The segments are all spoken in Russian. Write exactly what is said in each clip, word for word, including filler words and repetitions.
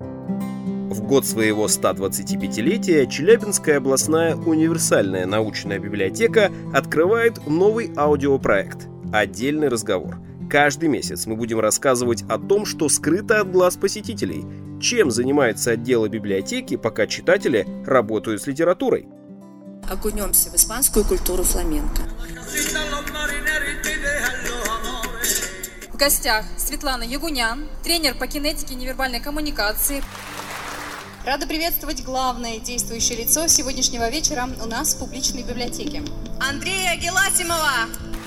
В год своего ста двадцатипятилетия Челябинская областная универсальная научная библиотека открывает новый аудиопроект «Отдельный разговор». Каждый месяц мы будем рассказывать о том, что скрыто от глаз посетителей, чем занимается отдел библиотеки, пока читатели работают с литературой. Окунемся в испанскую культуру фламенко. В гостях Светлана Ягунян, тренер по кинетике и невербальной коммуникации. Рада приветствовать главное действующее лицо сегодняшнего вечера у нас в публичной библиотеке. Андрея Геласимова!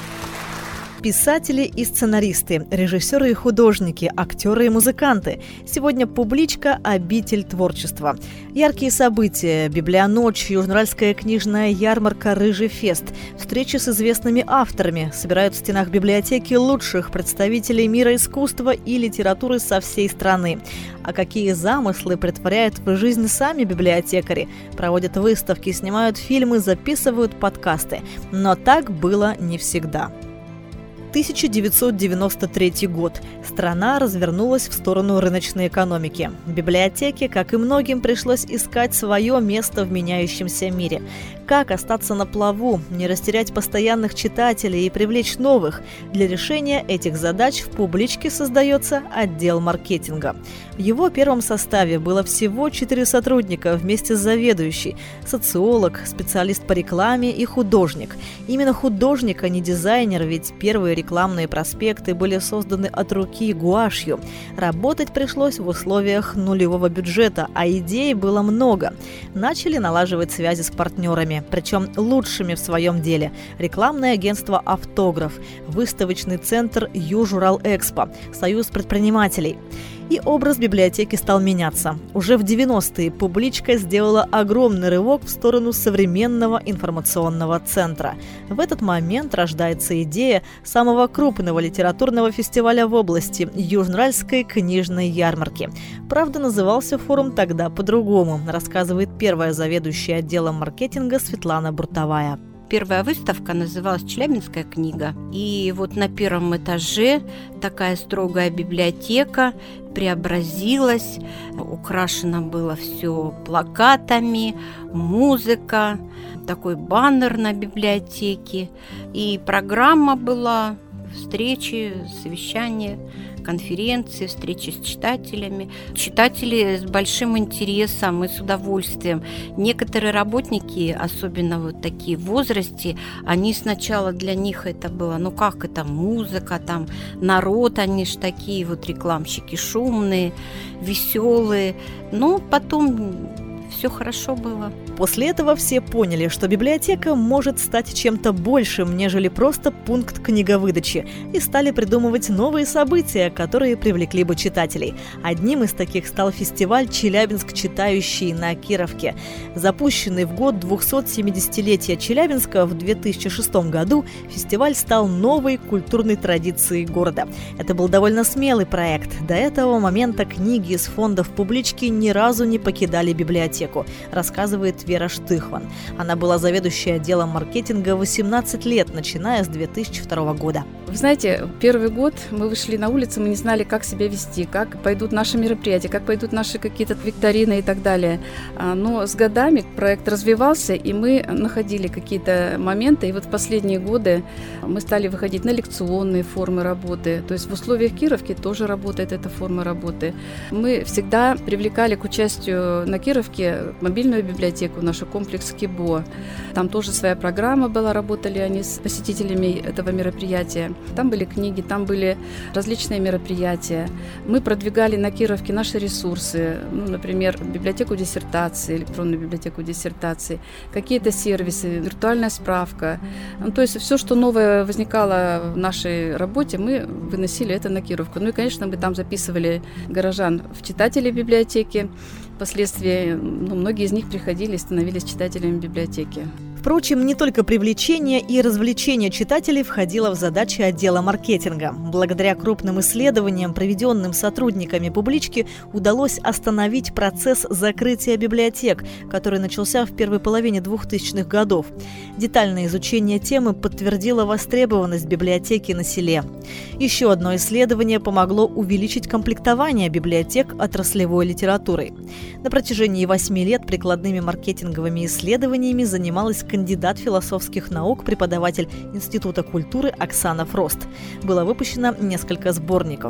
Писатели и сценаристы, режиссеры и художники, актеры и музыканты. Сегодня публичка – обитель творчества. Яркие события, библионочь, Южноуральская книжная ярмарка «Рыжий фест», встречи с известными авторами, собирают в стенах библиотеки лучших представителей мира искусства и литературы со всей страны. А какие замыслы претворяют в жизнь сами библиотекари? Проводят выставки, снимают фильмы, записывают подкасты. Но так было не всегда. тысяча девятьсот девяносто третий год. Страна развернулась в сторону рыночной экономики. Библиотеке, как и многим, пришлось искать свое место в меняющемся мире. Как остаться на плаву, не растерять постоянных читателей и привлечь новых? Для решения этих задач в публичке создается отдел маркетинга. В его первом составе было всего четыре сотрудника вместе с заведующей, социолог, специалист по рекламе и художник. Именно художник, а не дизайнер, ведь первые рекламные проспекты были созданы от руки гуашью. Работать пришлось в условиях нулевого бюджета, а идей было много. Начали налаживать связи с партнерами, причем лучшими в своем деле. Рекламное агентство «Автограф», выставочный центр «Южурал-Экспо», союз предпринимателей. И образ библиотеки стал меняться. Уже в девяностые публичка сделала огромный рывок в сторону современного информационного центра. В этот момент рождается идея самого крупного литературного фестиваля в области – Южноуральской книжной ярмарки. Правда, назывался форум тогда по-другому, рассказывает первая заведующая отделом маркетинга Светлана Буртовая. Первая выставка называлась «Челябинская книга». И вот на первом этаже такая строгая библиотека преобразилась. Украшено было все плакатами, музыка, такой баннер на библиотеке. И программа была, встречи, совещания, конференции, встречи с читателями. Читатели с большим интересом и с удовольствием. Некоторые работники, особенно вот такие в возрасте, они сначала для них это было, ну как это, музыка, там народ, они ж такие вот рекламщики шумные, веселые. Но потом все хорошо было. После этого все поняли, что библиотека может стать чем-то большим, нежели просто пункт книговыдачи, и стали придумывать новые события, которые привлекли бы читателей. Одним из таких стал фестиваль «Челябинск читающий» на Кировке. Запущенный в год двухсотсемидесятилетия Челябинска в две тысячи шестом году, фестиваль стал новой культурной традицией города. Это был довольно смелый проект. До этого момента книги из фондов публички ни разу не покидали библиотеку, рассказывает Вера Штыхван. Она была заведующей отделом маркетинга восемнадцать лет, начиная с две тысячи второго года. Вы знаете, первый год мы вышли на улицу, мы не знали, как себя вести, как пойдут наши мероприятия, как пойдут наши какие-то викторины и так далее. Но с годами проект развивался, и мы находили какие-то моменты. И вот в последние годы мы стали выходить на лекционные формы работы. То есть в условиях Кировки тоже работает эта форма работы. Мы всегда привлекали к участию на Кировке мобильную библиотеку, наш комплекс КИБО. Там тоже своя программа была, работали они с посетителями этого мероприятия. Там были книги, там были различные мероприятия. Мы продвигали на Кировке наши ресурсы, ну, например, библиотеку диссертации, электронную библиотеку диссертации, какие-то сервисы, виртуальная справка. Ну, то есть все, что новое возникало в нашей работе, мы выносили это на Кировку. Ну и, конечно, мы там записывали горожан в читатели библиотеки. Впоследствии ну, многие из них приходили и становились читателями библиотеки. В Впрочем, не только привлечение и развлечение читателей входило в задачи отдела маркетинга. Благодаря крупным исследованиям, проведенным сотрудниками публички, удалось остановить процесс закрытия библиотек, который начался в первой половине двухтысячных годов. Детальное изучение темы подтвердило востребованность библиотеки на селе. Еще одно исследование помогло увеличить комплектование библиотек отраслевой литературой. На протяжении восьми лет прикладными маркетинговыми исследованиями занималась кандидат философских наук, преподаватель Института культуры Оксана Фрост. Было выпущено несколько сборников.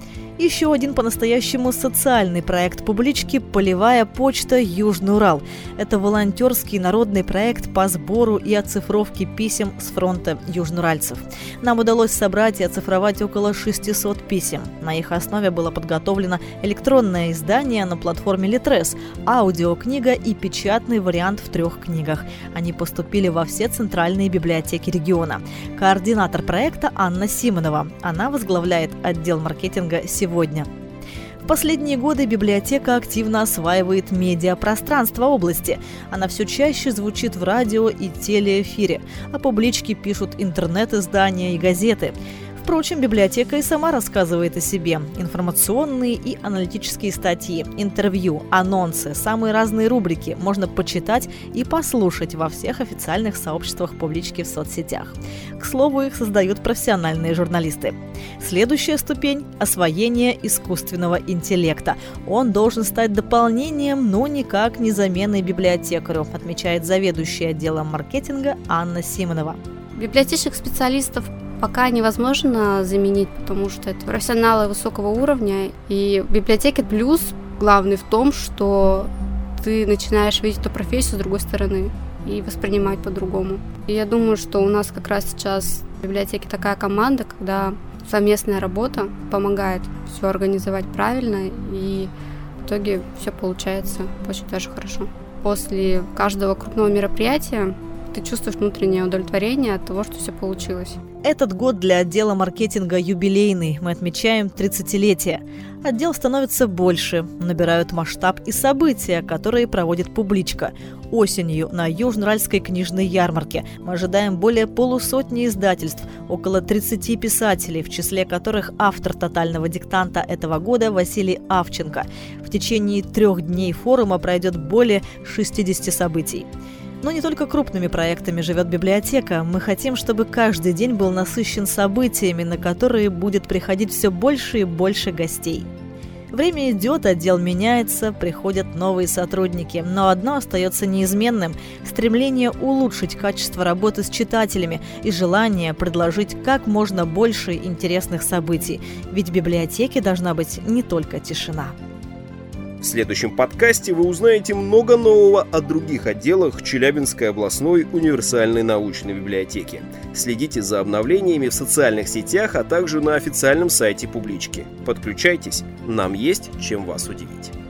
Еще один по-настоящему социальный проект публички – «Полевая почта Южный Урал». Это волонтерский народный проект по сбору и оцифровке писем с фронта южноуральцев. Нам удалось собрать и оцифровать около шестисот писем. На их основе было подготовлено электронное издание на платформе Литрес, аудиокнига и печатный вариант в трех книгах. Они поступили во все центральные библиотеки региона. Координатор проекта Анна Симонова. Она возглавляет отдел маркетинга «Сегодня». Сегодня. В последние годы библиотека активно осваивает медиапространство области. Она все чаще звучит в радио и телеэфире, а публички пишут интернет-издания и газеты. Впрочем, библиотека и сама рассказывает о себе. Информационные и аналитические статьи, интервью, анонсы, самые разные рубрики можно почитать и послушать во всех официальных сообществах публички в соцсетях. К слову, их создают профессиональные журналисты. Следующая ступень – освоение искусственного интеллекта. Он должен стать дополнением, но никак не заменой библиотекарю, отмечает заведующая отделом маркетинга Анна Симонова. Библиотечных специалистов пока невозможно заменить, потому что это профессионалы высокого уровня. И в библиотеке плюс главный в том, что ты начинаешь видеть эту профессию с другой стороны и воспринимать по-другому. И я думаю, что у нас как раз сейчас в библиотеке такая команда, когда совместная работа помогает все организовать правильно, и в итоге все получается очень даже хорошо. После каждого крупного мероприятия ты чувствуешь внутреннее удовлетворение от того, что все получилось. Этот год для отдела маркетинга юбилейный. Мы отмечаем тридцатилетие. Отдел становится больше, набирают масштаб и события, которые проводит публичка. Осенью на Южноуральской книжной ярмарке мы ожидаем более полусотни издательств, около тридцати писателей, в числе которых автор тотального диктанта этого года Василий Авченко. В течение трех дней форума пройдет более шестидесяти событий. Но не только крупными проектами живет библиотека. Мы хотим, чтобы каждый день был насыщен событиями, на которые будет приходить все больше и больше гостей. Время идет, отдел меняется, приходят новые сотрудники. Но одно остается неизменным – стремление улучшить качество работы с читателями и желание предложить как можно больше интересных событий. Ведь в библиотеке должна быть не только тишина. В следующем подкасте вы узнаете много нового о других отделах Челябинской областной универсальной научной библиотеки. Следите за обновлениями в социальных сетях, а также на официальном сайте публички. Подключайтесь, нам есть чем вас удивить.